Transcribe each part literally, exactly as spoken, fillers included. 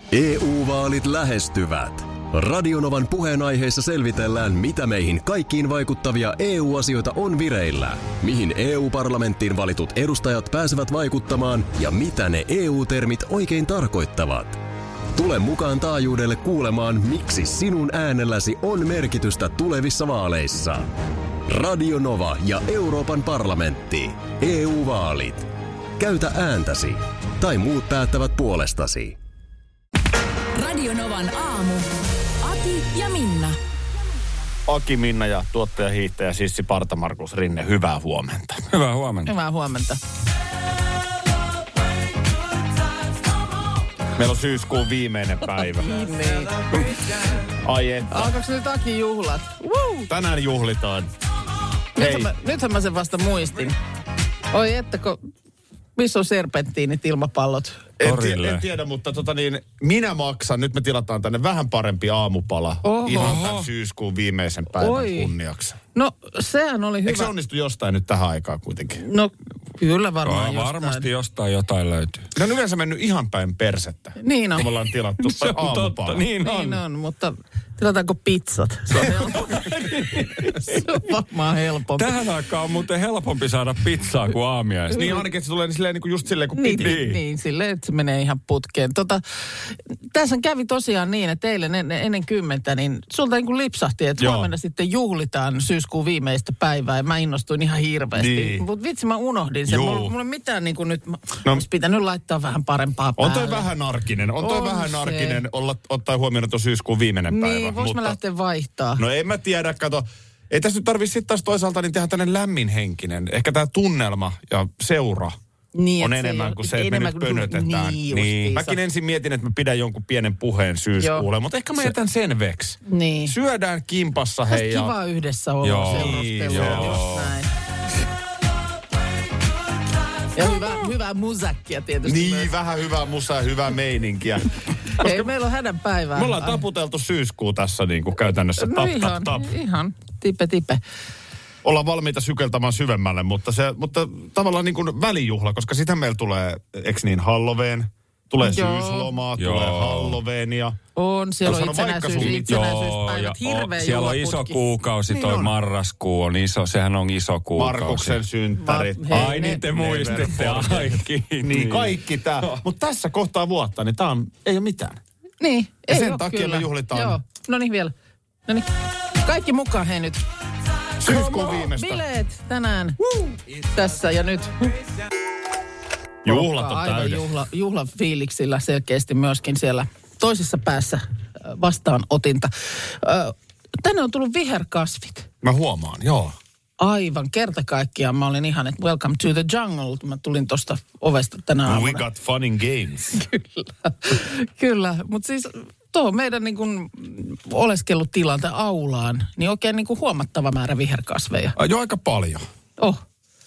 E U-vaalit lähestyvät. Radionovan puheenaiheessa selvitellään, mitä meihin kaikkiin vaikuttavia E U-asioita on vireillä, mihin E U-parlamenttiin valitut edustajat pääsevät vaikuttamaan ja mitä ne E U-termit oikein tarkoittavat. Tule mukaan taajuudelle kuulemaan, miksi sinun äänelläsi on merkitystä tulevissa vaaleissa. Radio Nova ja Euroopan parlamentti. E U-vaalit. Käytä ääntäsi. Tai muut päättävät puolestasi. Radio Novan aamu. Ati ja Minna. Aki, Minna ja tuottaja, hiihtäjä, Sissi, Parta, Markus, Rinne. Hyvää huomenta. Hyvää huomenta. Hyvää huomenta. Meillä on syyskuun viimeinen päivä. Niin. Ai että. Alkaako nyt Aki juhlat? Woo! Tänään juhlitaan. Nythän mä, nythän mä sen vasta muistin. Oi että, kun missä on serpenttiinit, ilmapallot? En, tie, en tiedä, mutta tota niin, minä maksan. Nyt me tilataan tänne vähän parempi aamupala. Oho. Ihan tämän syyskuun viimeisen päivän Oi. kunniaksi. No, sehän oli hyvä. Eikö se onnistu jostain nyt tähän aikaan kuitenkin? No, kyllä varmaan no, jostain. varmasti jostain jotain löytyy. Ne on yleensä mennyt ihan päin persettä. Niin on. Kun me ollaan tilattu Se on aamupala. totta, niin on. Niin on, mutta tilataanko pizzat? Se on helpompi. Se on varmaan helpompi. Tähän aikaan on muuten helpompi saada pizzaa kuin aamiaista. Niin ainakin, että se tulee silleen, niin kuin just silleen kuin Niin, piti. niin, niin, silleen, että se menee ihan putkeen. Tota, tässä kävi tosiaan niin, että eilen ennen, ennen kymmentä, niin sulta niin kuin lipsahti, että Joo. huomenna sitten juhlitaan syyskuun viimeistä päivää, ja mä innostuin ihan hirveästi. Niin. Mutta vitsi, mä unohdin sen. Juu. Mulla, mulla ei mitään niin kuin nyt, no, No. olisi pitänyt laittaa vähän parempaa On päälle. toi vähän arkinen. On toi On vähän se. arkinen olla, ottaa huomioon tuon syyskuun viimeinen Niin, päivä. vois mä lähteä vaihtaa. No en mä tiedä, kato. Ei tässä nyt tarvitse sitten taas toisaalta niin tehdä tämmöinen lämminhenkinen. Ehkä tämä tunnelma ja seura Niin, on et se enemmän ei kuin ole- se, että me enemmän nyt kuin- pönötetään. Niin, niin. justiinsa. Mäkin ensin mietin, että mä pidän jonkun pienen puheen syyskuulle, Joo. mutta ehkä mä jätän sen veksi. Niin. Syödään kimpassa, Tästä hei. Ja... kiva yhdessä olla Joo. seurustelua, Joo. just näin. Ja hyvä, hyvää musakkia tietysti Niin, myös. vähän hyvää musaa, hyvää meininkiä. Ei, meillä on hädän päivää. Me ollaan taputeltu syyskuu tässä niin kuin käytännössä. No Tap, ihan, tap, tap. ihan. Tipe, tipe. Ollaan valmiita sykeltämään syvemmälle, mutta, se, mutta tavallaan niin kuin välijuhla, koska sitä meillä tulee, eks niin, Halloween, tulee Joo. syyslomaa, Joo. tulee Halloweenia. On, siellä on Tuossa on vaikka itsenäisyys, sun- Joo, ja itsenäisyyspäivät, hirveä o, siellä on iso juhlaputki. kuukausi, Niin toi on. marraskuu on iso, sehän on iso kuukausi. Markuksen synttärit. Va- hei, Ai ne- niin te muistitte, Neverforget. ai kiitos. Niin, kaikki tää. Mutta tässä kohtaa vuotta, niin tää on, ei ole mitään. Niin, Ja ei sen oo takia kyllä. me juhlitaan. Joo, no niin vielä. No niin, kaikki mukaan hei nyt. Syyskuun viimeistä. Bileet tänään tässä ja nyt. Juhlat on Aivan täydessä. juhla, juhlafiiliksillä selkeästi myöskin siellä toisessa päässä äh, vastaanotinta. Ö, Tänne on tullut viherkasvit. Mä huomaan, joo. Aivan kerta kaikkiaan. Mä olin ihan, että welcome to the jungle. Mä tulin tuosta ovesta tänä aamuna. We got fun in games. Kyllä, kyllä. Mutta siis tuohon meidän niin kun oleskelutilaan tai aulaan, niin oikein niin kuin huomattava määrä viherkasveja. Ai, joo, aika paljon. Oh.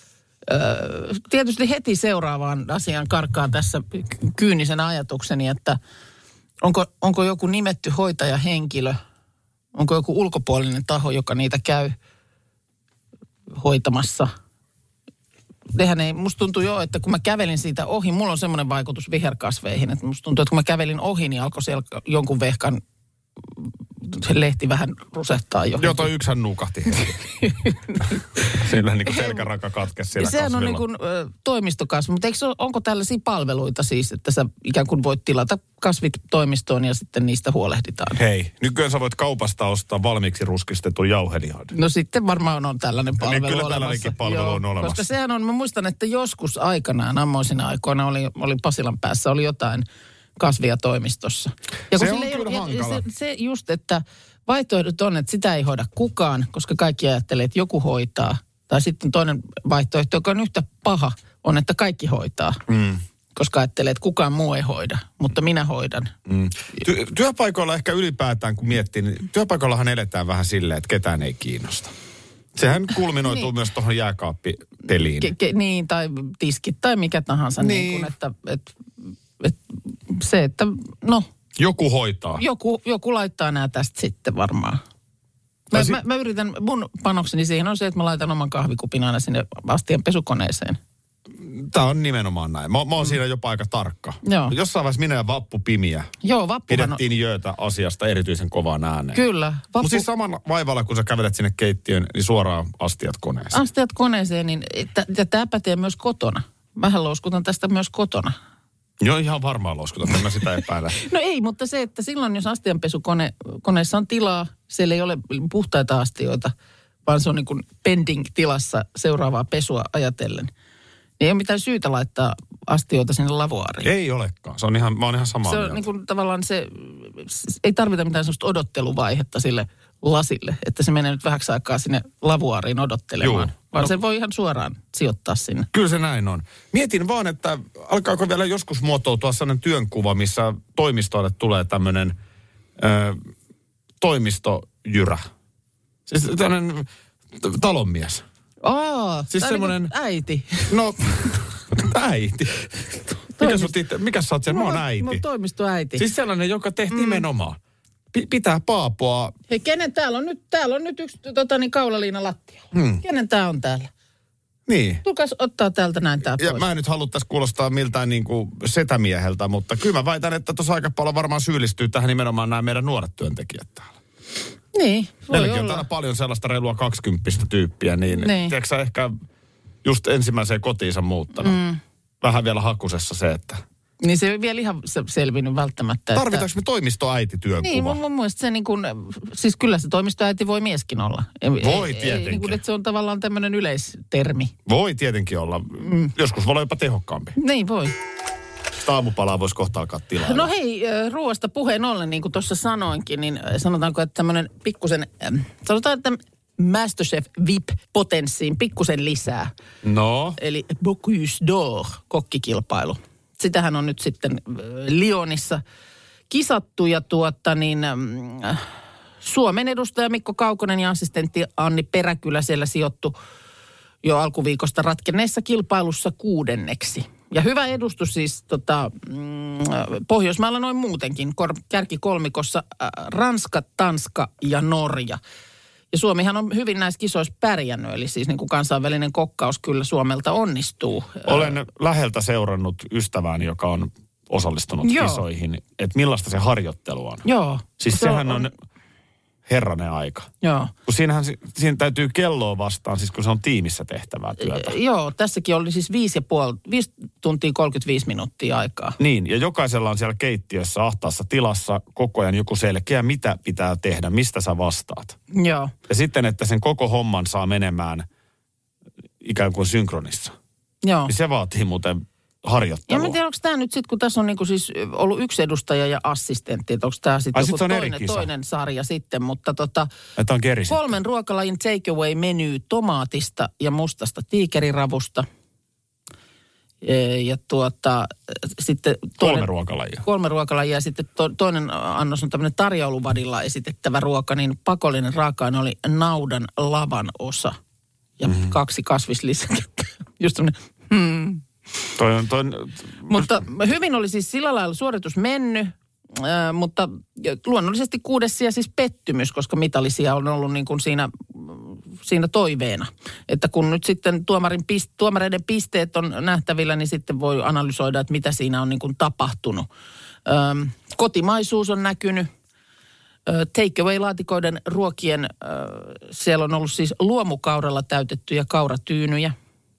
Öö, tietysti heti seuraavaan asiaan karkkaan tässä kyynisen ajatukseni, että onko, onko joku nimetty hoitajahenkilö, onko joku ulkopuolinen taho, joka niitä käy hoitamassa. Nehän ei, musta tuntuu jo, että kun mä kävelin siitä ohi, mulla on semmoinen vaikutus viherkasveihin, että musta tuntuu, että kun mä kävelin ohi, niin alkoi siellä jonkun vehkan se lehti vähän rusehtaa johonkin. Joo, toi yksihän nukahti. Sillä niin kuin selkäraka katkesi siellä Sehän on kasvilla. niin kuin ö, toimistokasvi, mutta eikö se ole, onko tällaisia palveluita siis, että sä ikään kuin voit tilata kasvit toimistoon ja sitten niistä huolehditaan? Hei, nykyään sä voit kaupasta ostaa valmiiksi ruskistetun jauhelihan. No sitten varmaan on tällainen palvelu Niin kyllä olemassa. tällainenkin palvelu Joo, on olemassa. Koska sehän on, mä muistan, että joskus aikanaan, ammoisina aikoina oli, oli Pasilan päässä, oli jotain kasvia toimistossa. Ja Se kun on sillä ei kyllä ollut- ja- hankala. Se, se just, että vaihtoehdot on, että sitä ei hoida kukaan, koska kaikki ajattelee, että joku hoitaa. Tai sitten toinen vaihtoehto, joka on yhtä paha, on, että kaikki hoitaa. Mm. Koska ajattelee, että kukaan muu ei hoida, mutta minä hoidan. Mm. Ty- työpaikoilla ehkä ylipäätään, kun miettii, niin työpaikoillahan eletään vähän silleen, että ketään ei kiinnosta. Sehän kulminoituu Niin. myös tuohon jääkaappipeliin. Ke, ke, niin, tai tiskit tai mikä tahansa. Niin. Niin. Niin kuin, että, että, että se, että no, Joku hoitaa. joku, joku laittaa nämä tästä sitten varmaan. Mä, Tai si- mä, mä yritän, mun panokseni siihen on se, että mä laitan oman kahvikupin aina sinne astian pesukoneeseen. Tämä on nimenomaan näin. Mä, mä oon mm. siinä jopa aika tarkka. Joo. Jossain vaiheessa minä ja Vappu Pimiä Joo, Vappuhan pidettiin on... jöötä asiasta erityisen kovaan ääneen. Kyllä. Vappu... Mutta siis saman vaivalla, kun sä kävelet sinne keittiön, niin suoraan astiat koneeseen. Astiat koneeseen, niin ja tämä pätee myös kotona. Mähän louskutan tästä myös kotona. Joo, ihan varmaan louskutan, en mä sitä epäile. No ei, mutta se, että silloin jos astianpesukoneessa on tilaa, siellä ei ole puhtaita astioita, vaan se on niin kuin pending-tilassa seuraavaa pesua ajatellen. Niin ei ole mitään syytä laittaa astioita sinne lavuaariin. Ei olekaan. Se on ihan, mä oon ihan samaa Se on mieltä. niin kuin tavallaan se, ei tarvita mitään sellaista odotteluvaihetta sille lasille, että se menee nyt vähäksi aikaa sinne lavuaariin odottelemaan. Juu. Vaan No. se voi ihan suoraan sijoittaa sinne. Kyllä se näin on. Mietin vaan, että alkaako vielä joskus muotoutua sellainen työnkuva, missä toimistoille tulee tämmöinen ö, toimistojyrä. Siis tämmöinen talonmies. Aa, Siis semmoinen... Niin äiti. No, äiti. Mikä, sut itse, mikä sä oot sen? Mä oon äiti. Mä oon toimistoäiti. Siis sellainen, joka tehtiin mm. nimenomaan. P- pitää paapua. Hei, kenen täällä on nyt? Täällä on nyt yksi tota, niin kaulaliina lattialla. Hmm. Kenen tää on täällä? Niin. Tulkaas ottaa täältä näin tää Ja pois. mä en nyt halua tässä kuulostaa miltään niin kuin setämieheltä, mutta kyllä mä väitän, että tuossa aika paljon varmaan syyllistyy tähän nimenomaan nämä meidän nuoret työntekijät täällä. Niin, voi Meilläkin on olla. täällä paljon sellaista reilua kaksikymppistä tyyppiä, niin, Niin. tiedätkö sä ehkä just ensimmäiseen kotiinsa muuttanut. Mm. Vähän vielä hakusessa se, että... Niin se ei vielä ihan se- selvinnyt välttämättä. Tarvitaanko että... me toimistoäitityönkuva? Niin, mun, mun mielestä se niin kuin, siis kyllä se toimistoäiti voi mieskin olla. Voi ei, tietenkin. Ei, niin kuin, että se on tavallaan tämmöinen yleistermi. Voi tietenkin olla. Mm. Joskus voi olla jopa tehokkaampi. Niin voi. Sitä aamupalaa voisi kohta alkaa tilailla. No hei, äh, ruoasta puheen ollen, niin kuin tuossa sanoinkin, niin äh, sanotaanko, että tämmöinen pikkusen, äh, sanotaan, että Masterchef V I P-potenssiin pikkusen lisää. No. Eli Bocuse d'Or, kokkikilpailu. Sitähän on nyt sitten äh, Lyonissa kisattu ja tuota niin... Äh, Suomen edustaja Mikko Kaukonen ja assistentti Anni Peräkylä siellä sijoittu jo alkuviikosta ratkenneessa kilpailussa kuudenneksi. Ja hyvä edustus siis tota, mm, Pohjoismailla noin muutenkin, kor, kärkikolmikossa äh, Ranska, Tanska ja Norja. Ja Suomihan on hyvin näissä kisoissa pärjännyt, eli siis niin kuin kansainvälinen kokkaus kyllä Suomelta onnistuu. Olen läheltä seurannut ystävääni, joka on osallistunut Joo. kisoihin, että millaista se harjoittelu on. Joo. Siis Se sehän on, on herranen aika. Joo. Kun siinähän si- siinä täytyy kelloa vastaan, siis kun se on tiimissä tehtävää työtä. Joo, tässäkin oli siis viisi ja puoli, viisi tuntia kolmekymmentäviisi minuuttia aikaa. Niin, ja jokaisella on siellä keittiössä ahtaassa tilassa koko ajan joku selkeä, mitä pitää tehdä, mistä sä vastaat. Joo. Ja sitten, että sen koko homman saa menemään ikään kuin synkronissa. Joo. Niin se vaatii muuten Ja harjoittelua. mä en tiedä, onko tämä nyt sitten, kun tässä on niinku siis ollut yksi edustaja ja assistentti, että onko tämä sitten Ai, joku sit se on eri toinen, kisa. toinen sarja sitten, mutta tota, Että on keri sitten. kolmen ruokalajin takeaway-menu tomaatista ja mustasta tiikeriravusta. E, Ja tuota, sitten toinen, Kolme ruokalajia. kolme ruokalajia ja sitten to, toinen annos on tämmöinen tarjouluvadilla esitettävä ruoka, niin pakollinen raaka-aine oli naudan lavan osa ja mm-hmm. kaksi kasvislisäkettä. Just tämmöinen, hmm. Toi on, toi on, Mutta hyvin oli siis sillä lailla suoritus mennyt, äh, mutta luonnollisesti kuudes sija siis pettymys, koska mitalisia on ollut niin kuin siinä, siinä toiveena. Että kun nyt sitten tuomarin piste, tuomareiden pisteet on nähtävillä, niin sitten voi analysoida, että mitä siinä on niin kuin tapahtunut. Ähm, kotimaisuus on näkynyt. Takeaway-laatikoiden ruokien, äh, siellä on ollut siis luomukauralla täytettyjä kauratyynyjä.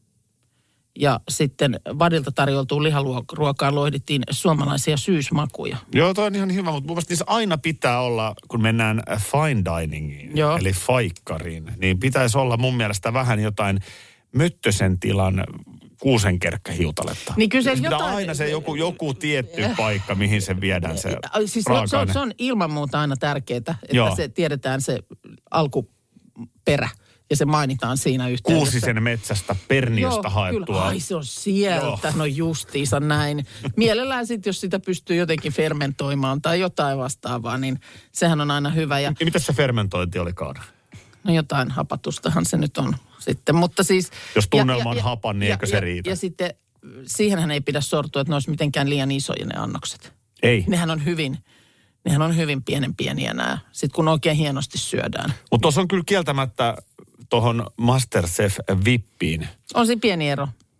Ja sitten vadilta tarjoltuun liharuokaan loihdittiin suomalaisia syysmakuja. joo, toi on ihan hyvä, mutta mun mielestä niissä aina pitää olla, kun mennään fine diningiin, Joo. eli faikkariin, niin pitäisi olla mun mielestä vähän jotain möttösen tilan kuusenkerkkähiutaletta. Niin kyllä se Pitää jotain- aina se joku, joku tietty paikka, mihin se viedään se Siis se, on- se, on, raaka-aine. se on ilman muuta aina tärkeää, että Joo. se tiedetään se alkuperä ja se mainitaan siinä yhteydessä. Kuusisen metsästä Perniöstä Joo, haettua. Kyllä. Ai se on sieltä, Joo. no justiinsa näin. Mielellään sitten, jos sitä pystyy jotenkin fermentoimaan tai jotain vastaavaa, niin sehän on aina hyvä. Ja Ja mitä se fermentointi olikaan? no jotain hapatustahan se nyt on sitten, mutta siis... Jos tunnelma on hapan, niin eikö se ja, riitä? Ja sitten siihenhän ei pidä sortua, että ne olisi mitenkään liian isoja ne annokset. Ei. Nehän on hyvin, nehän on hyvin pienen pieniä nämä, sitten kun oikein hienosti syödään. Mutta tuossa on kyllä kieltämättä tuohon Masterchef Vippiin. On siinä pieni ero.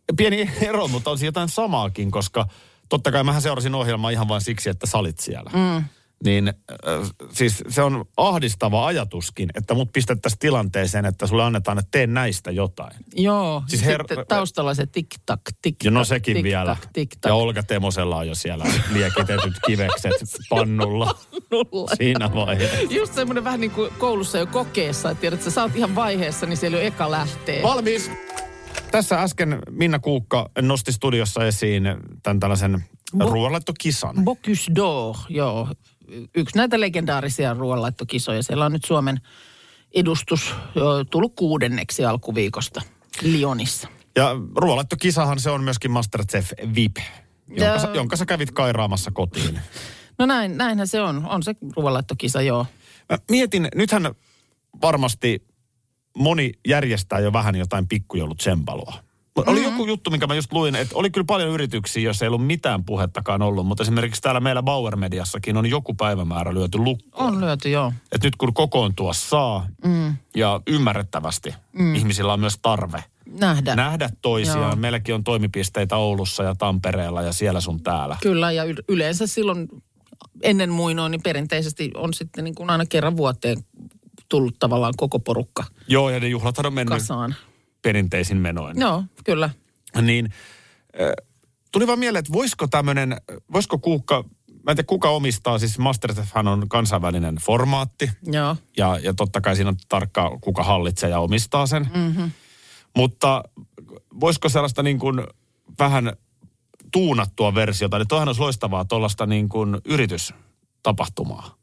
pieni ero, mutta on siinä jotain samaakin, koska totta kai mähän seurasin ohjelmaa ihan vain siksi, että sä olit siellä. Mm. Niin äh, siis se on ahdistava ajatuskin, että mut pistettäisiin tilanteeseen, että sulle annetaan, että tee näistä jotain. Joo, siis sitten her- taustalla se tik-tak, tik-tak, ja no sekin tik-tak, vielä. tik-tak. Ja Olga Temosella on jo siellä liekitetyt kivekset pannulla. Pannulla. Siinä vaiheessa. Just semmoinen vähän niin kuin koulussa jo kokeessa, että tiedät, että sä oot ihan vaiheessa, niin siellä jo eka lähtee. Valmis! Tässä äsken Minna Kuukka nosti studiossa esiin tämän tällaisen Bo- ruoanlaittokisan. Bocuse d'Or, joo. Yksi näitä legendaarisia ruoanlaittokisoja. Siellä on nyt Suomen edustus jo tullut kuudenneksi alkuviikosta Lyonissa. Ja ruoanlaittokisahan se on myöskin MasterChef V I P, jonka, Ja... sä, jonka sä kävit kairaamassa kotiin. No näin, näinhän se on. On se ruoanlaittokisa, joo. Mä mietin, nythän varmasti moni järjestää jo vähän jotain pikkujoulut-tsempaloa. Oli mm-hmm. joku juttu, minkä mä just luin, että oli kyllä paljon yrityksiä, jos ei ollut mitään puhettakaan ollut, mutta esimerkiksi täällä meillä Bauer Mediassakin on joku päivämäärä lyöty lukkoon. On lyöty, joo. Että nyt kun kokoontua saa mm. ja ymmärrettävästi mm. ihmisillä on myös tarve nähdä, nähdä toisiaan. Joo. Meilläkin on toimipisteitä Oulussa ja Tampereella ja siellä sun täällä. Kyllä, ja yleensä silloin ennen muinoin, niin perinteisesti on sitten niin kuin aina kerran vuoteen tullut tavallaan koko porukka Joo, ja ne juhlathan on mennyt kasaan. Perinteisin menoin. Joo, kyllä. Niin äh, tuli vaan mieleen, että voisiko tämmöinen, voisiko Kuukka, mä en tiedä kuka omistaa, siis MasterChefhän on kansainvälinen formaatti. Joo. Ja, ja totta kai siinä on tarkkaa, kuka hallitsee ja omistaa sen. Mm-hmm. Mutta voisiko sellaista niin kuin vähän tuunattua versiota, niin toihan olisi loistavaa tuollaista niin kuin yritystapahtumaa.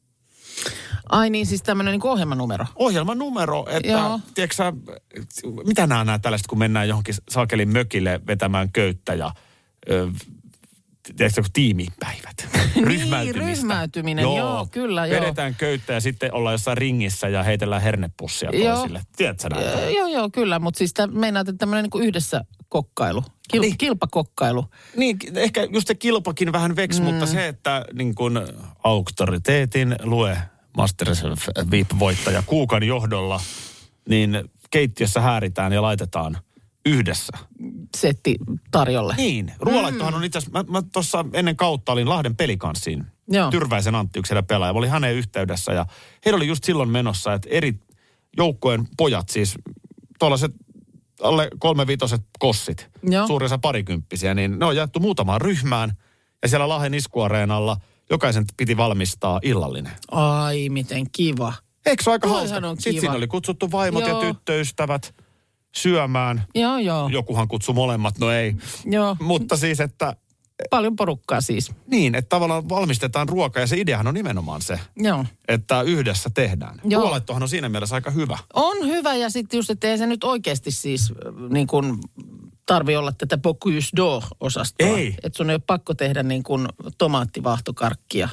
Ai niin, siis tämmöinen niin kuin ohjelmanumero. Ohjelmanumero, että Joo. tiedätkö sä, mitä nämä nämä tällaiset, kun mennään johonkin saakelin mökille vetämään köyttä ja ö, tiedätkö, tiimipäivät. Ryhmäytymistä. Niin, ryhmäytyminen, joo, joo kyllä, joo. Vedetään köyttä ja sitten ollaan jossain ringissä ja heitellään hernepussia toisille. Tiedätkö näitä? Joo, joo, kyllä, mutta siis tämän, meinaat, että tämmöinen niin kuin yhdessä kokkailu, Kil, niin. kilpakokkailu. Niin, ehkä just se kilpakin vähän veksi, mm. mutta se, että niin kuin auktoriteetin lue MasterChef V I P-voittaja Kuukan johdolla, niin keittiössä hääritään ja laitetaan yhdessä. Setti tarjolle. Niin. Ruoanlaittohan mm. on itse asiassa, mä, mä tuossa ennen kautta olin Lahden Pelikanssiin. Joo. Tyrväisen Antti yksi pelaaja. Mä olin hänen yhteydessä ja heillä oli just silloin menossa, että eri joukkojen pojat, siis tuollaiset alle kolmevitoset kossit, Joo. suurin osa parikymppisiä, niin ne on jaettu muutamaan ryhmään ja siellä Lahden iskuareenalla jokaisen piti valmistaa illallinen. Ai, miten kiva. Eikö se aika Toihan hauska? on Sitten kiva. siinä oli kutsuttu vaimot Joo. ja tyttöystävät syömään. Joo, joo. Jokuhan kutsui molemmat, no ei. Joo. Mutta siis, että... Paljon porukkaa siis. Niin, että tavallaan valmistetaan ruokaa ja se ideahan on nimenomaan se, Joo. että yhdessä tehdään. Joo. Ruoanlaittohan on siinä mielessä aika hyvä. On hyvä ja sitten just, että ei se nyt oikeasti siis niin kuin tarvi olla tätä Bocuse d'Or-osastoa. Ei. Että sun ei ole pakko tehdä niin kuin tomaattivaahtokarkkia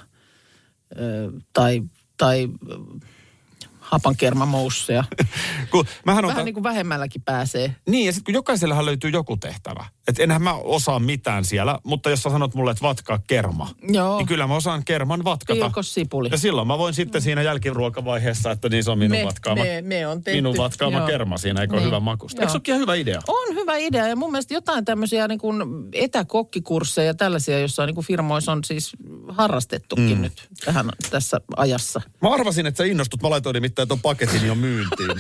ö, tai, tai hapankermamousseja. Vähän otan... niin kuin vähemmälläkin pääsee. Niin, ja sitten kun jokaisellehan löytyy joku tehtävä. Että enhän mä osaa mitään siellä, mutta jos sä sanot mulle, että vatkaa kerma, Joo. niin kyllä mä osaan kerman vatkata. Pilkos sipuli. Ja silloin mä voin sitten siinä jälkiruokavaiheessa, että niin se on minun me, vatkaama, me, me on tehty. minun vatkaama Joo. kerma siinä, eikö niin. ole hyvä makusta? Eikö se olekin hyvä idea? On hyvä idea ja mun mielestä jotain tämmöisiä niin kuin etäkokkikursseja ja tällaisia, joissa niin kuin firmoissa on siis harrastettukin mm. nyt tähän, tässä ajassa. Mä arvasin, että sä innostut. Mä laitoin nimittäin ton paketin jo myyntiin.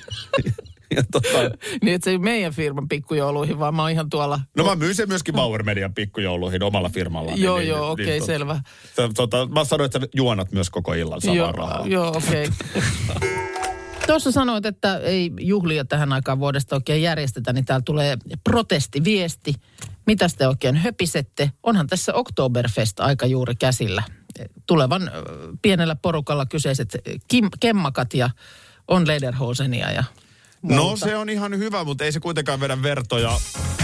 ja tota... Niin, että se ei meidän firman pikkujouluihin, vaan mä oon ihan tuolla... No mä myyn sen myöskin Bauer Median pikkujouluihin omalla firmalla. Joo, niin, joo, niin, okei, niin, okay, selvä. Tota, tota, mä sanoin, että sä juonat myös koko illan samaa joo, rahaa. Joo, okei. Okay. Tuossa sanoit, että ei juhlia tähän aikaan vuodesta oikein järjestetä, niin täällä tulee protestiviesti. Mitä te oikein höpisette? Onhan tässä Oktoberfest aika juuri käsillä. Tulevan pienellä porukalla kyseiset kim, kemmakat ja on lederhosenia ja muuta. No se on ihan hyvä, mutta ei se kuitenkaan vedä vertoja.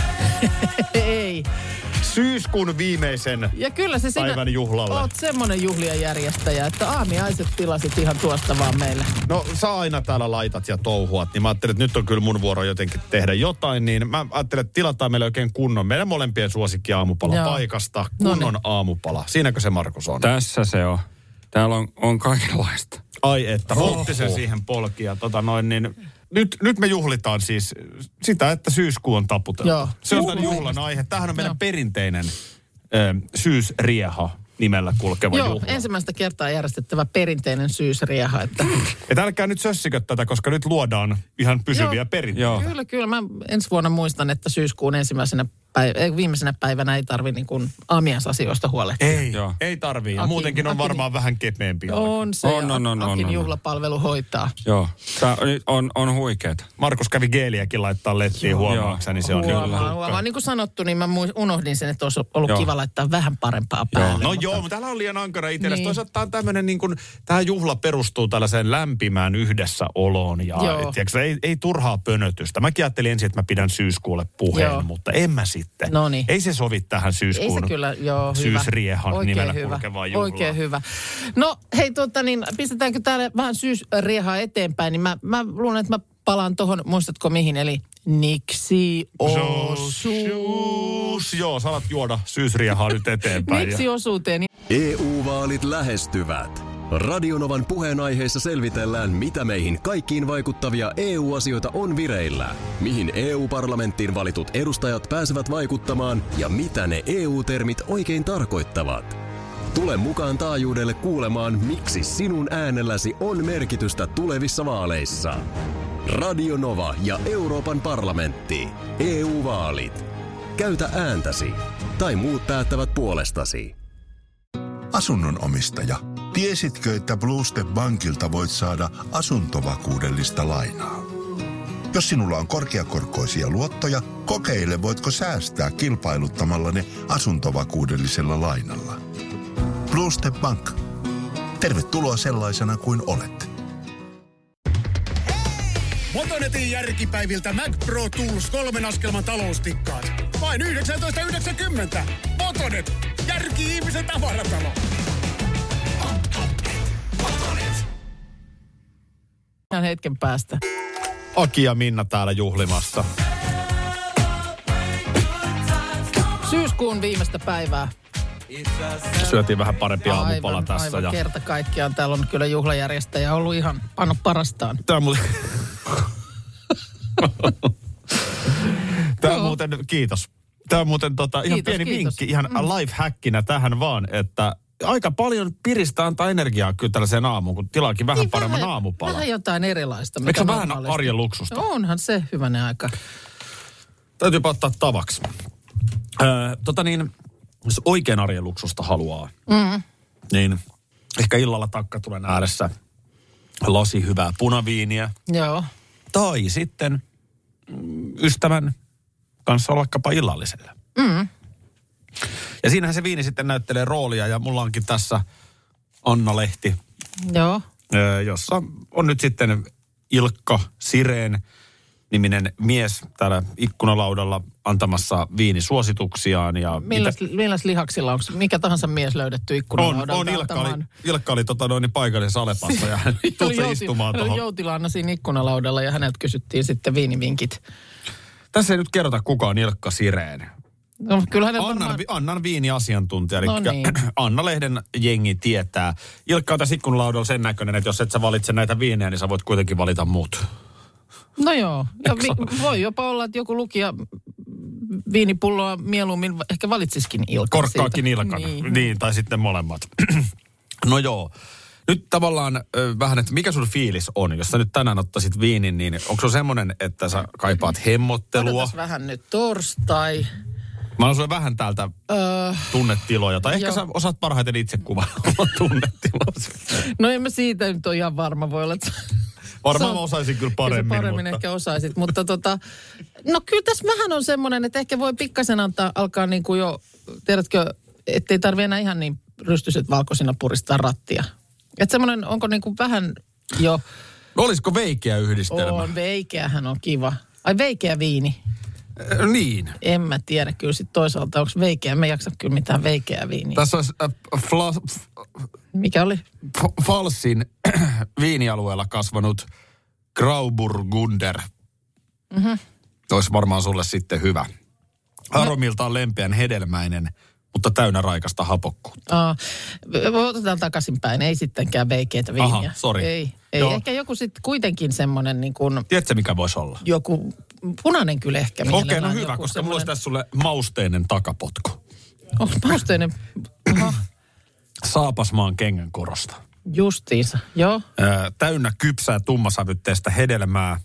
Ei. Syyskuun viimeisen ja kyllä se päivän juhlalle. Oot semmoinen juhlien järjestäjä, että aamiaiset tilasit ihan tuosta vaan meille. No sä aina täällä laitat ja touhuat, niin mä ajattelin, että nyt on kyllä mun vuoro jotenkin tehdä jotain, niin mä ajattelin, että tilataan meille oikein kunnon, meidän molempien suosikki aamupala Joo. paikasta, kunnon Noniin. aamupala. Siinäkö se Markus on? Tässä se on. Täällä on, on kaikenlaista. Ai että, otti sen siihen polkia, tota noin niin... nyt, nyt me juhlitaan siis sitä, että syyskuu on taputeltu. Joo. Se on tämän juhlan aihe. Tämähän on meidän Joo. perinteinen ö, syysrieha nimellä kulkeva Joo, juhla. ensimmäistä kertaa järjestettävä perinteinen syysrieha. Että... Et älkää nyt sössikö tätä, koska nyt luodaan ihan pysyviä Joo. perinteitä. Kyllä, kyllä. Mä ensi vuonna muistan, että syyskuun ensimmäisenä päivä, viimeisenä päivänä ei tarvi niin kuin aamiaisasioista huolehtia. Ei, Joo. ei tarvii. Ja muutenkin on Akin, varmaan vähän kepeämpi. On se. On, on, on, Akin on, juhlapalvelu hoitaa. Joo, tämä on, on huikeeta. Markus kävi geeliäkin laittaa lettiin huomaakseni, niin se on huomaa, kyllä. Huomaa. Niin kuin sanottu, niin mä unohdin sen, että olisi ollut Joo. kiva laittaa vähän parempaa päälle. Joo. No mutta... joo, mutta täällä on liian ankara itsellesi. Niin. Toisaalta tämä on tämmöinen, niin kuin, tämä juhla perustuu tällaiseen lämpimään yhdessäoloon. Ja et, tiiäks, ei, ei turhaa pönötystä. Mäkin ajattelin ensin, että mä pidän syyskuulle puheen, joo. mutta en mä sitten. Noniin. Ei se sovi tähän syyskuun Ei se kyllä, joo, syysriehan hyvä. nimellä hyvä. kulkevaan juhlaan. Oikein hyvä. No hei, tuota niin, pistetäänkö täällä vähän syysriehaa eteenpäin, niin mä, mä luulen, että mä palaan tohon, muistatko mihin, eli Niksi osuus. Joo, sä alat juoda syysriehaa nyt eteenpäin. Niksi osuuteen. E U-vaalit lähestyvät. Radionovan puheenaiheessa selvitellään, mitä meihin kaikkiin vaikuttavia E U-asioita on vireillä, mihin E U-parlamenttiin valitut edustajat pääsevät vaikuttamaan ja mitä ne E U-termit oikein tarkoittavat. Tule mukaan taajuudelle kuulemaan, miksi sinun äänelläsi on merkitystä tulevissa vaaleissa. Radio Nova ja Euroopan parlamentti. E U-vaalit. Käytä ääntäsi. Tai muut päättävät puolestasi. Asunnon omistaja. Tiesitkö, että Blue Step Bankilta voit saada asuntovakuudellista lainaa? Jos sinulla on korkeakorkoisia luottoja, kokeile voitko säästää kilpailuttamalla ne asuntovakuudellisella lainalla. Blue Step Bank. Tervetuloa sellaisena kuin olet. Motonetin järkipäiviltä Mac Pro Tools kolmen askelman taloustikkaat. Vain yhdeksäntoista yhdeksänkymmentä. Motonet. Järki ihmisen tavaratalo. Ihan hetken päästä. Aki ja Minna täällä juhlimassa. Syyskuun viimeistä päivää. Syötiin vähän parempi Aivan, aamupala tässä. Aivan ja... kerta kaikkiaan. Täällä on kyllä juhlajärjestäjä ollut ihan pannut parastaan. Tämä on muuten... Tämä on muuten, kiitos. Tämä on muuten tota, ihan kiitos, pieni kiitos. vinkki, ihan mm. life-hackinä tähän vaan, että aika paljon piristää antaa energiaa kyllä tällaiseen aamuun, kun tilaakin vähän niin paremman vähän, aamupalan. Vähän jotain erilaista. Eikö se vähän arjen luksusta? Onhan se hyvänen aika. Täytyypä ottaa tavaksi. Öö, tota niin, jos oikein arjen luksusta haluaa, mm. niin ehkä illalla takkatulen ääressä lasi hyvää punaviiniä. Joo. Tai sitten ystävän kanssa olla vaikkapa illalliselle. Mm. Ja siinähän se viini sitten näyttelee roolia ja mulla onkin tässä Anna-lehti, Joo. jossa on nyt sitten Ilkka Sireen niminen mies täällä ikkunalaudalla antamassa viinisuosituksiaan. Ja milläs, mitä... milläs lihaksilla onko mikä tahansa mies löydetty ikkunalaudalta? On, on Ilkka oli, Ilkka oli tota noin paikallisessa Alepassa ja hän tuli jouti, istumaan tuohon. Hän oli joutilaana siinä ikkunalaudalla ja häneltä kysyttiin sitten viinivinkit. Tässä ei nyt kerrota kukaan Ilkka Sireen. No, kyllä Annan, varmaan... Annan viiniasiantuntija, eli no niin. Anna-lehden jengi tietää. Ilkka on tässä ikkunalaudalla sen näköinen, että jos et sä valitse näitä viinejä, niin sä voit kuitenkin valita muut. No joo, ja vi- voi jopa olla, että joku lukija viinipulloa mieluummin ehkä valitsisikin Ilkan. Korkkaakin Ilkan, niin. niin, tai sitten molemmat. No joo. Nyt tavallaan ö, vähän, että mikä sun fiilis on? Jos sä nyt tänään ottaisit viinin, niin onko se semmoinen, että sä kaipaat hemmottelua? Odotas vähän nyt torstai. Mä annan sulle vähän täältä öö, tunnetiloja. Tai ehkä joo. sä osaat parhaiten itse kuvailla tunnetiloja. No en mä siitä nyt ole ihan varma. Voi olla, että... Varmaan mä osaisin kyllä paremmin. Kyllä paremmin mutta... ehkä osaisit. Mutta tota, no kyllä tässä vähän on semmoinen, että ehkä voi pikkasen antaa, alkaa niin kuin jo, tiedätkö, ettei tarvi enää ihan niin rystyset valkoisina puristaa rattia. Että semmoinen, onko niin kuin vähän jo... Olisiko veikeä yhdistelmä? On, veikeähän on kiva. Ai veikeä viini. Äh, niin. En mä tiedä kyllä sit toisaalta, onko veikeä. Mä en jaksa kyllä mitään veikeää viiniä. Tässä olisi... Äh, fla- f- Mikä oli? F- Falsin viinialueella kasvanut Grauburgunder. Mm-hmm. Olisi varmaan sulle sitten hyvä. Aromiltaan lempeän hedelmäinen, mutta täynnä raikasta hapokkuutta. Aa, otetaan takaisinpäin, ei sittenkään veikeitä viiniä. Aha, sori. Ei, ei. Ehkä joku sitten kuitenkin semmoinen niin kuin... Tiedätkö, mikä voisi olla? Joku punainen kyllä ehkä. Okei, okay, no hyvä, koska semmoinen... mulla olisi tässä sulle mausteinen takapotku. Oh, mausteinen. Saapasmaan kengän korosta. Justiinsa, joo. Ää, täynnä kypsää tummasävytteistä hedelmää,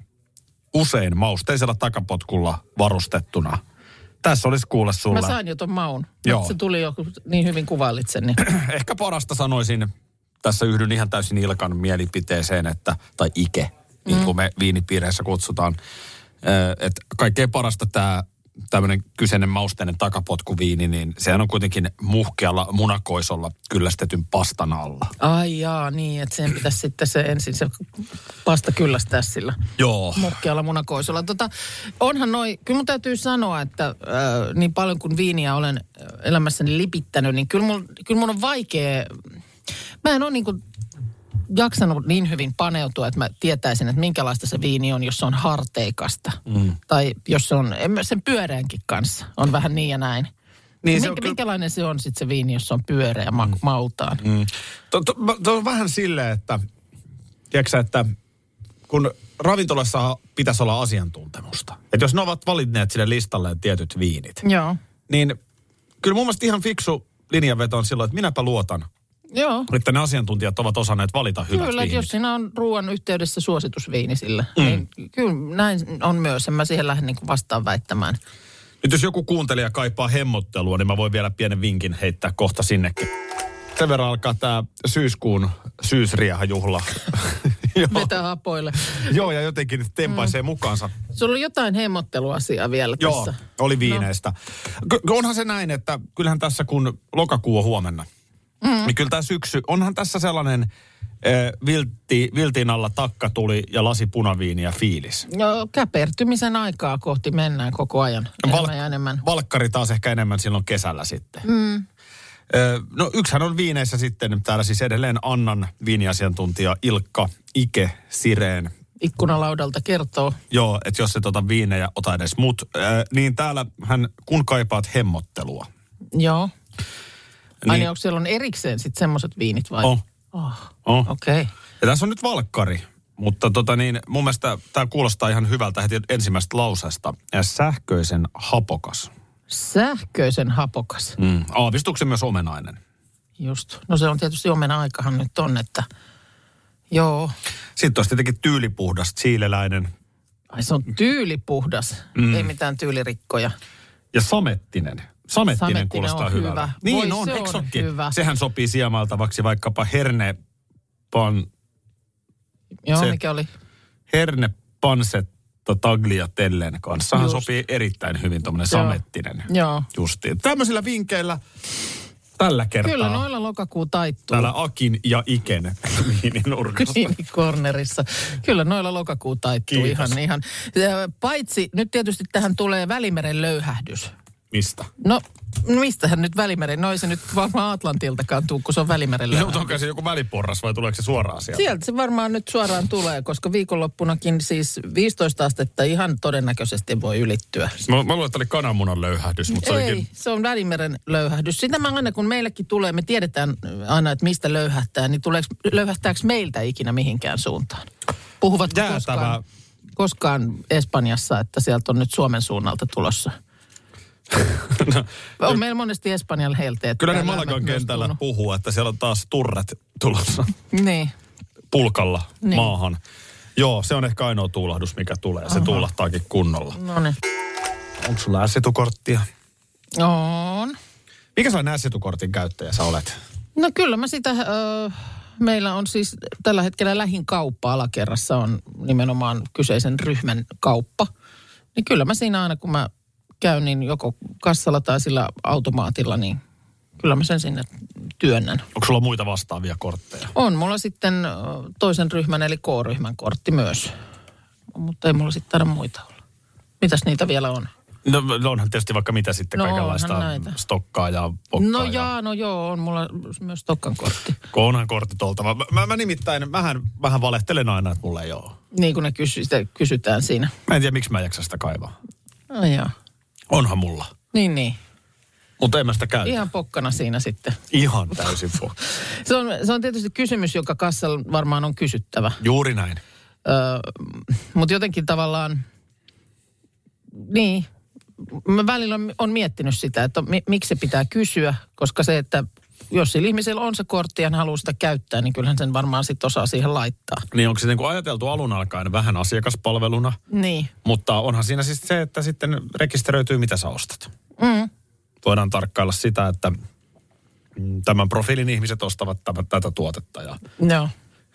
usein mausteisella takapotkulla varustettuna. Tässä olisi kuule sulle. Mä sain jo ton maun. Joo. Se tuli jo niin hyvin kuvailit sen. Niin. Ehkä parasta sanoisin, tässä yhdyn ihan täysin Ilkan mielipiteeseen, että, tai Ike, niin kuin mm. me viinipiireissä kutsutaan, että kaikkein parasta tämä tämmöinen kyseinen mausteinen takapotkuviini, niin sehän on kuitenkin muhkealla munakoisolla kyllästetyn pastan alla. Ai jaa, niin, että sen pitäisi sitten se ensin se pasta kyllästää sillä Joo. muhkealla munakoisolla. Tota, onhan noi, kyllä mun täytyy sanoa, että äh, niin paljon kuin viiniä olen elämässäni lipittänyt, niin kyllä mun, kyllä mun on vaikea, mä en ole niin kuin jaksanut niin hyvin paneutua, että mä tietäisin, että minkälaista se viini on, jos se on harteikasta. Mm. Tai jos se on, sen pyöreänkin kanssa, on vähän niin ja näin. Niin se Minkä, kyllä... Minkälainen se on sitten se viini, jos se on pyöreä ma- mm. maultaan? Mm. Tuo to, to on vähän silleen, että tiedätkö että kun ravintolassa pitäisi olla asiantuntemusta. Että jos ne ovat valinneet sille listalle tietyt viinit, Joo. niin kyllä mun mielestä ihan fiksu linjanveto on silloin, että minäpä luotan. Joo. Että ne asiantuntijat ovat osanneet valita hyvät kyllä, viinit. Kyllä, jos siinä on ruoan yhteydessä suositusviini sillä, mm. niin kyllä näin on myös. En mä siihen lähde niin kuin vastaan väittämään. Nyt jos joku kuuntelija kaipaa hemmottelua, niin mä voin vielä pienen vinkin heittää kohta sinnekin. Sen verran alkaa tää syyskuun syysriehajuhla. Vetää hapoille. Joo, ja jotenkin tempaisee mm. mukaansa. Sulla oli jotain hemmotteluasiaa vielä Joo, tässä. Joo, oli viineistä. No. Onhan se näin, että kyllähän tässä kun lokakuu on huomenna, mm. niin kyllä tämä syksy, onhan tässä sellainen äh, viltti, viltin alla takka tuli ja lasi punaviiniä fiilis. Joo, käpertymisen aikaa kohti mennään koko ajan. Enemmän Val- ja enemmän. Valkkari taas ehkä enemmän silloin kesällä sitten. Mm. No yksihän on viineissä sitten, täällä siis edelleen Annan viiniasiantuntija Ilkka Ike Sireen. Ikkunalaudalta kertoo. Joo, että jos et ota viinejä, ota edes mut. Äh, niin täällä hän, kun kaipaat hemmottelua. Joo. Niin, Ai niin, onko siellä on erikseen sitten semmoiset viinit vai? On. Oh. On. Okei. Okay. Ja tässä on nyt valkkari, mutta tota niin, mun mielestä tämä kuulostaa ihan hyvältä heti ensimmäisestä lauseesta. Ja sähköisen hapokas. Sähköisen hapokas. Mm. Aavistuksen myös omenainen. Just. No se on tietysti omena-aikahan nyt on, että joo. Sitten olisi tietenkin tyylipuhdas, chileläinen. Ai se on tyylipuhdas, mm. ei mitään tyylirikkoja. Ja samettinen. Samettinen, samettinen kuulostaa hyvä. hyvältä. Niin Voi, on, se eikö on sokki? hyvä. Sehän sopii sijamailtavaksi vaikkapa herne pan... Joo, se, mikä oli? Herne pansetta tagliatellen kanssa. Sehän Just. sopii erittäin hyvin tuommoinen samettinen. Joo. Justiin. Tämmöisillä vinkkeillä tällä kertaa. Kyllä noilla lokakuu taittuu. Täällä Akin ja Iken viininurkassa. Viinikornerissa. Kyllä noilla lokakuu taittuu Kiitos. ihan, ihan. Paitsi nyt tietysti tähän tulee Välimeren löyhähdys. Mistä? No, mistähän nyt Välimeren? No ei se nyt varmaan Atlantiltakaan tuu, kun se on Välimeren No, löyhähdys. mutta onko se joku väliporras vai tuleeko se suoraan sieltä? Sieltä se varmaan nyt suoraan tulee, koska viikonloppunakin siis viisitoista astetta ihan todennäköisesti voi ylittyä. Mä, mä luulen, että oli kananmunan löyhähdys, mutta se Ei, olikin... se on Välimeren löyhähdys. Sitä mä aina, kun meillekin tulee, me tiedetään aina, että mistä löyhähtää, niin tuleeko, löyhähtääkö meiltä ikinä mihinkään suuntaan? Puhuvatko koskaan, koskaan Espanjassa, että sieltä on nyt Suomen suunnalta tulossa? no, on meillä monesti Espanjalla helteet. Kyllä ne Malagan kentällä puhuu, että siellä on taas turret tulossa niin. pulkalla niin. maahan. Joo, se on ehkä ainoa tuulahdus, mikä tulee. Aha. Se tuulahtaakin kunnolla. No niin. Onko sulla S-etukorttia? On. Mikä sellainen S-etukortin käyttäjä sä olet? No kyllä mä sitä, ö, meillä on siis tällä hetkellä lähin kauppa alakerrassa on nimenomaan kyseisen ryhmän kauppa. Niin kyllä mä siinä aina kun mä käyn niin joko kassalla tai sillä automaatilla, niin kyllä mä sen sinne työnnän. Onko sulla muita vastaavia kortteja? On mulla sitten toisen ryhmän eli K-ryhmän kortti myös, mutta ei mulla sitten taida muita olla. Mitäs niitä vielä on? No, no onhan tietysti vaikka mitä sitten no, kaikenlaista stokkaa ja pokkaa. No ja... jaa, no joo, on mulla myös Stokkan kortti. Kun onhan kortit oltava. Mä, mä, mä nimittäin vähän, vähän valehtelen aina, että mulla ei ole. Niin kuin ne kysy, sitä kysytään siinä. Mä en tiedä, miksi mä en jaksa sitä kaivaa. No jaa. Onhan mulla. Niin, niin. Mutta en mä sitä käytä. Ihan pokkana siinä sitten. Ihan täysin pokkana. se, on, se on tietysti kysymys, joka kassalla varmaan on kysyttävä. Juuri näin. Öö, mutta jotenkin tavallaan, niin, mä välillä on, on miettinyt sitä, että mi, miksi se pitää kysyä, koska se, että jos sillä ihmisellä on se kortti ja hän haluaa sitä käyttää, niin kyllähän sen varmaan sitten osaa siihen laittaa. Niin onko se niin kuin ajateltu alun alkaen vähän asiakaspalveluna? Niin. Mutta onhan siinä siis se, että sitten rekisteröityy, mitä sä ostat. Mm. Voidaan tarkkailla sitä, että tämän profiilin ihmiset ostavat tämän, tätä tuotetta. Ja Joo.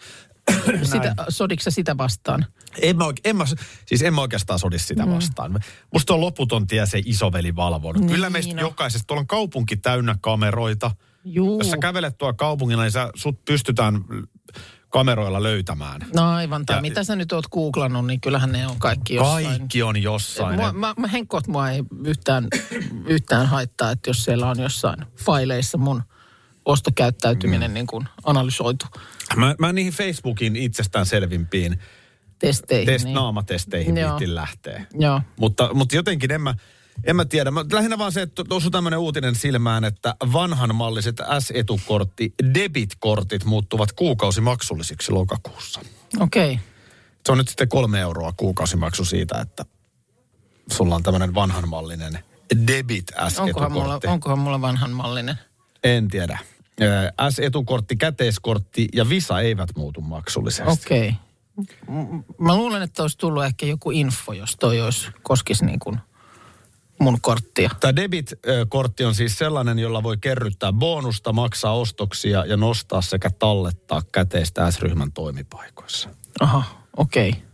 Sitä, sodiksa sitä vastaan? En mä, en mä, siis en mä oikeastaan sodi sitä vastaan. Mm. Musta on loputon tie se isoveli valvon. Niin, Kyllä meistä no. jokaisesta, tuolla on kaupunki täynnä kameroita. Juu. Jos sä kävelet tuolla kaupungilla, niin sä, sut pystytään kameroilla löytämään. No aivan, tai ja, mitä sä nyt oot googlannut, niin kyllähän ne on kaikki jossain. Kaikki on jossain. Mua, mä, mä henkot mua ei yhtään, yhtään haittaa, että jos siellä on jossain faileissa mun ostokäyttäytyminen mm. niin kuin analysoitu. Mä, mä niihin Facebookin itsestään selvimpiin testeihin, test, niin. naamatesteihin viittin lähtee. Joo. Mutta, mutta jotenkin en mä, en mä tiedä. Mä, lähinnä vaan se, että osui tämmöinen uutinen silmään, että vanhanmalliset S-etukortti, debitkortit muuttuvat kuukausimaksullisiksi lokakuussa. Okei. Okay. Se on nyt sitten kolme euroa kuukausimaksu siitä, että sulla on tämmöinen vanhanmallinen debit S-etukortti. Onkohan mulla, onkohan mulla vanhanmallinen? En tiedä. S-etukortti, käteiskortti ja Visa eivät muutu maksullisesti. Okei. Okay. Mä luulen, että olisi tullut ehkä joku info, jos toi olisi, koskisi niin kuin mun korttia. Tämä debit-kortti on siis sellainen, jolla voi kerryttää bonusta, maksaa ostoksia ja nostaa sekä tallettaa käteistä S-ryhmän toimipaikoissa. Aha, okei. Okay.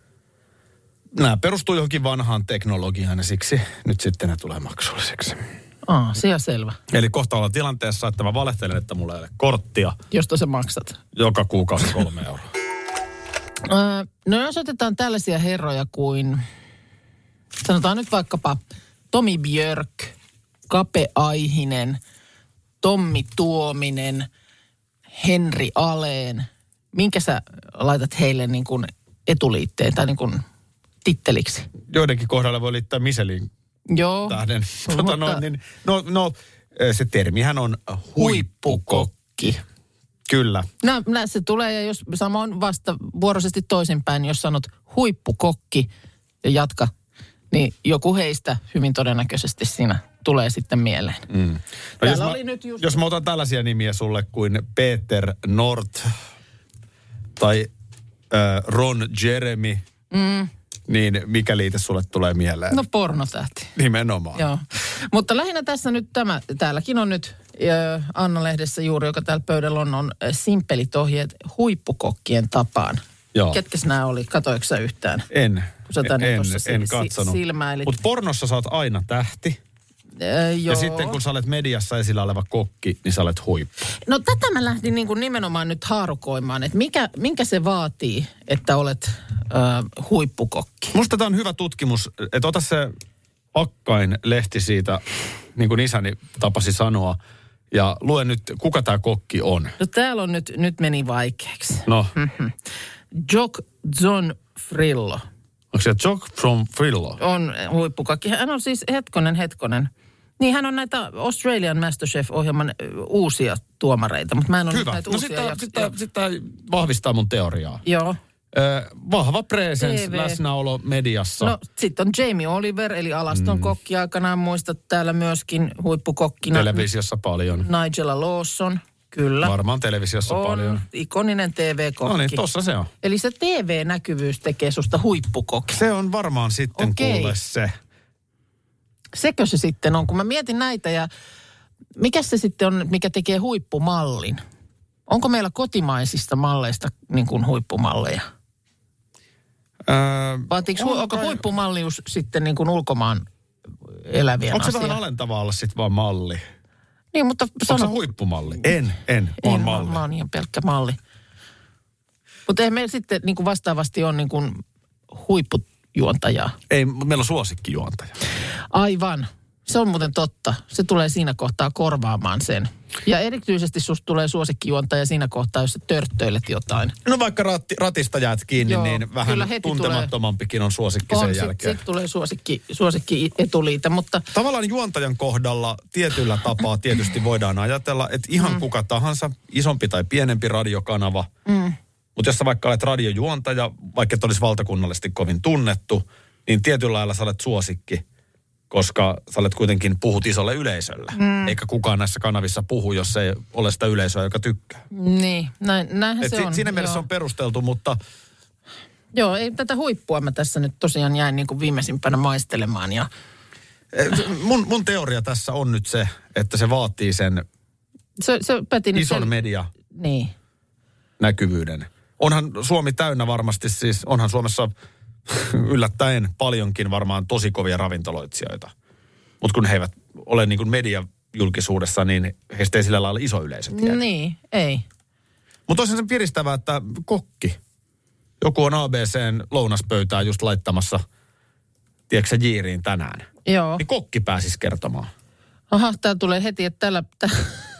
Nämä perustuu johonkin vanhaan teknologiaan ja siksi nyt sitten ne tulee maksulliseksi. Aa, se on selvä. Eli kohta ollaan tilanteessa, että mä valehtelen, että mulla ei ole korttia. Josta sä maksat? Joka kuukausi kolme euroa. öö, no jos otetaan tällaisia herroja kuin, sanotaan nyt vaikkapa Tomi Björk, Kape Aihinen, Tommi Tuominen, Henri Aleen. Minkä sä laitat heille niin kuin etuliitteen tai niin kuin titteliksi? Joidenkin kohdalla voi liittää Michelin Joo. tähden. Tota, mutta, no, niin, no, no, se termihän on huippukokki. Kyllä. No, se tulee, ja jos samoin vasta vuoroisesti toisinpäin, jos sanot huippukokki ja jatka, niin joku heistä hyvin todennäköisesti siinä tulee sitten mieleen. Mm. No jos, mä, just... jos mä otan tällaisia nimiä sulle kuin Peter North tai äh, Ron Jeremy, mm. niin mikä liite sulle tulee mieleen? No pornotähti. Nimenomaan. Joo. Mutta lähinnä tässä nyt tämä, täälläkin on nyt äh, Anna-lehdessä juuri, joka täällä pöydällä on, on äh, simppelit ohjeet huippukokkien tapaan. Joo. Ketkäs nämä oli? Katoiko sä yhtään? En, en, en si- katsonut. Silmäilit. Mutta pornossa sä oot aina tähti. Öö, joo. Ja sitten kun sä olet mediassa esillä oleva kokki, niin sä olet huippu. No tätä mä lähdin niin kuin nimenomaan nyt haarukoimaan, että mikä, minkä se vaatii, että olet öö, huippukokki? Musta tämä on hyvä tutkimus, että ota se Akkain lehti siitä, niin kuin isäni tapasi sanoa, ja lue nyt, kuka tämä kokki on. No täällä on nyt, nyt meni vaikeaksi. No. Mm-hmm. Jock John Frillo. Onko se Jock from Frillo? On huippukokki. Hän on siis, hetkonen, hetkonen. Niin, hän on näitä Australian Masterchef-ohjelman uusia tuomareita, mutta mä en ole hyvä. näitä no uusia. Hyvä, no sitä, sitä vahvistaa mun teoriaa. Joo. Ö, vahva presence, T V. Läsnäolo mediassa. No sitten on Jamie Oliver, eli Alaston mm. kokki aikanaan, muistat täällä myöskin huippukokkina. Televisiossa paljon. Nigella Lawson, kyllä. Varmaan televisiossa on paljon. Ikoninen T V-kokki. No niin, tossa se on. Eli se T V-näkyvyys tekee susta huippukokki. Se on varmaan sitten Okei. kuule se. Sekö se sitten on, kun mä mietin näitä ja mikä se sitten on, mikä tekee huippumallin? Onko meillä kotimaisista malleista niin kuin huippumalleja? Öö, Vaatiiko, on onko kai... huippumallius sitten niin kuin ulkomaan elävien Onko se asia? vähän alentavaa olla sitten vaan malli? Niin, mutta sano... Onko se huippumalli? En, en. Mä oon en, malli. Mä oon ihan pelkkä malli. Mutta eihän meillä sitten niin kuin vastaavasti on niin kuin huippujuontajaa. Ei, meillä on suosikkijuontaja. Aivan. Se on muuten totta. Se tulee siinä kohtaa korvaamaan sen. Ja erityisesti susta tulee suosikkijuontaja siinä kohtaa, jos sä törttöilet jotain. No vaikka ratti, ratista jäät kiinni, Joo, niin vähän tuntemattomampikin on suosikki on, sen sit, jälkeen. Sitten tulee suosikki, suosikki etuliite, mutta... Tavallaan juontajan kohdalla tietyllä tapaa tietysti voidaan ajatella, että ihan mm. kuka tahansa, isompi tai pienempi radiokanava, mm. mutta jos sä vaikka olet radiojuontaja, vaikka et olisi valtakunnallisesti kovin tunnettu, niin tietyllä lailla sä olet suosikki. Koska sä olet kuitenkin puhut isolle yleisölle. Mm. Eikä kukaan näissä kanavissa puhu, jos ei ole sitä yleisöä, joka tykkää. Niin, näin, näinhän Et se si- on. Siinä mielessä joo. on perusteltu, mutta... Joo, ei tätä huippua mä tässä nyt tosiaan jäin niin kuin viimeisimpänä maistelemaan. Ja... Mun, mun teoria tässä on nyt se, että se vaatii sen se, se päti nyt ison sen... media niin. näkyvyyden. Onhan Suomi täynnä varmasti siis, onhan Suomessa... yllättäen paljonkin varmaan tosi kovia ravintoloitsijoita. Mutta kun he eivät ole niin kuin mediajulkisuudessa, niin heistä ei sillä lailla iso yleisö tiedä. Niin, ei. Mutta olisi sen piristävää, että kokki. Joku on A B C:n lounaspöytää just laittamassa, tiedätkö sä, jiiriin tänään. Joo. Niin kokki pääsisi kertomaan. Aha, tää tulee heti, että tällä... Tä...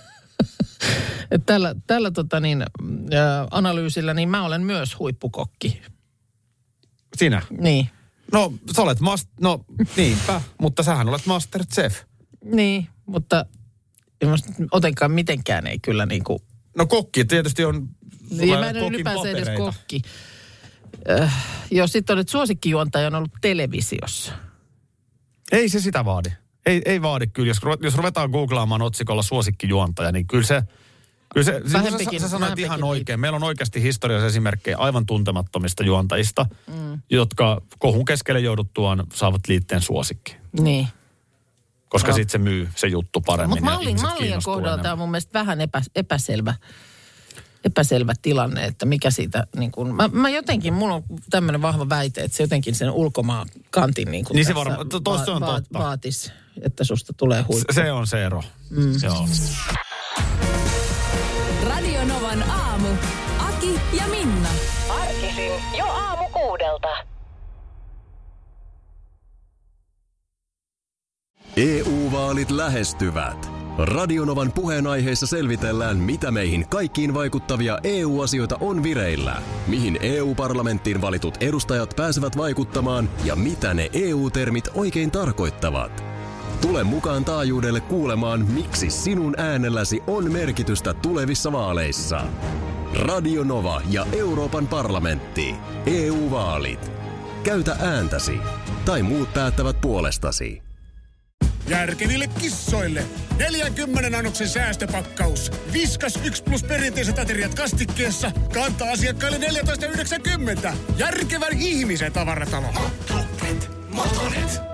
että tällä, tällä tota niin, ä, analyysillä, niin mä olen myös huippukokki. Sinä? Niin. No, sä olet mas... No, niinpä. Mutta sähän olet Masterchef. Niin, mutta otenkaan mitenkään ei kyllä niin kuin... No kokki tietysti on... Ja mä en ylipäänsä edes kokki. Äh, jos sitten olet suosikkijuontaja on ollut televisiossa. Ei se sitä vaadi. Ei, ei vaadi kyllä. Jos, jos ruvetaan googlaamaan otsikolla suosikkijuontaja, niin kyllä se... Kyllä se, sä, sä sanoit ihan oikein. Meillä on oikeasti historiassa esimerkkejä aivan tuntemattomista juontajista, mm. jotka kohun keskelle jouduttuaan saavat liitteen suosikki. Niin. Koska no. sitten se myy se juttu paremmin. Mutta mallin, mallien kohdalla tämä on mun mielestä vähän epä, epäselvä, epäselvä tilanne, että mikä siitä niin kuin... Mä, mä jotenkin, mulla on tämmöinen vahva väite, että se jotenkin sen ulkomaan kantin niin kuin niin se varmaan, to, va, se on va, totta. Vaatisi, että susta tulee huippu. Se, se on se ero. Mm. Joo. Radio Novan aamu. Aki ja Minna. Arkisin jo aamu kuudelta. E U-vaalit lähestyvät. Radio Novan puheenaiheessa selvitellään, mitä meihin kaikkiin vaikuttavia E U-asioita on vireillä, mihin E U-parlamenttiin valitut edustajat pääsevät vaikuttamaan ja mitä ne E U-termit oikein tarkoittavat. Tule mukaan taajuudelle kuulemaan, miksi sinun äänelläsi on merkitystä tulevissa vaaleissa. Radio Nova ja Euroopan parlamentti. E U-vaalit. Käytä ääntäsi. Tai muut päättävät puolestasi. Järkeville kissoille. neljänkymmenen annoksen säästöpakkaus. Viskas yksi plus perinteiset ateriat kastikkeessa. Kantaa asiakkaille neljätoista yhdeksänkymmentä. Järkevän ihmisen tavaratalo. Motonet. Motonet.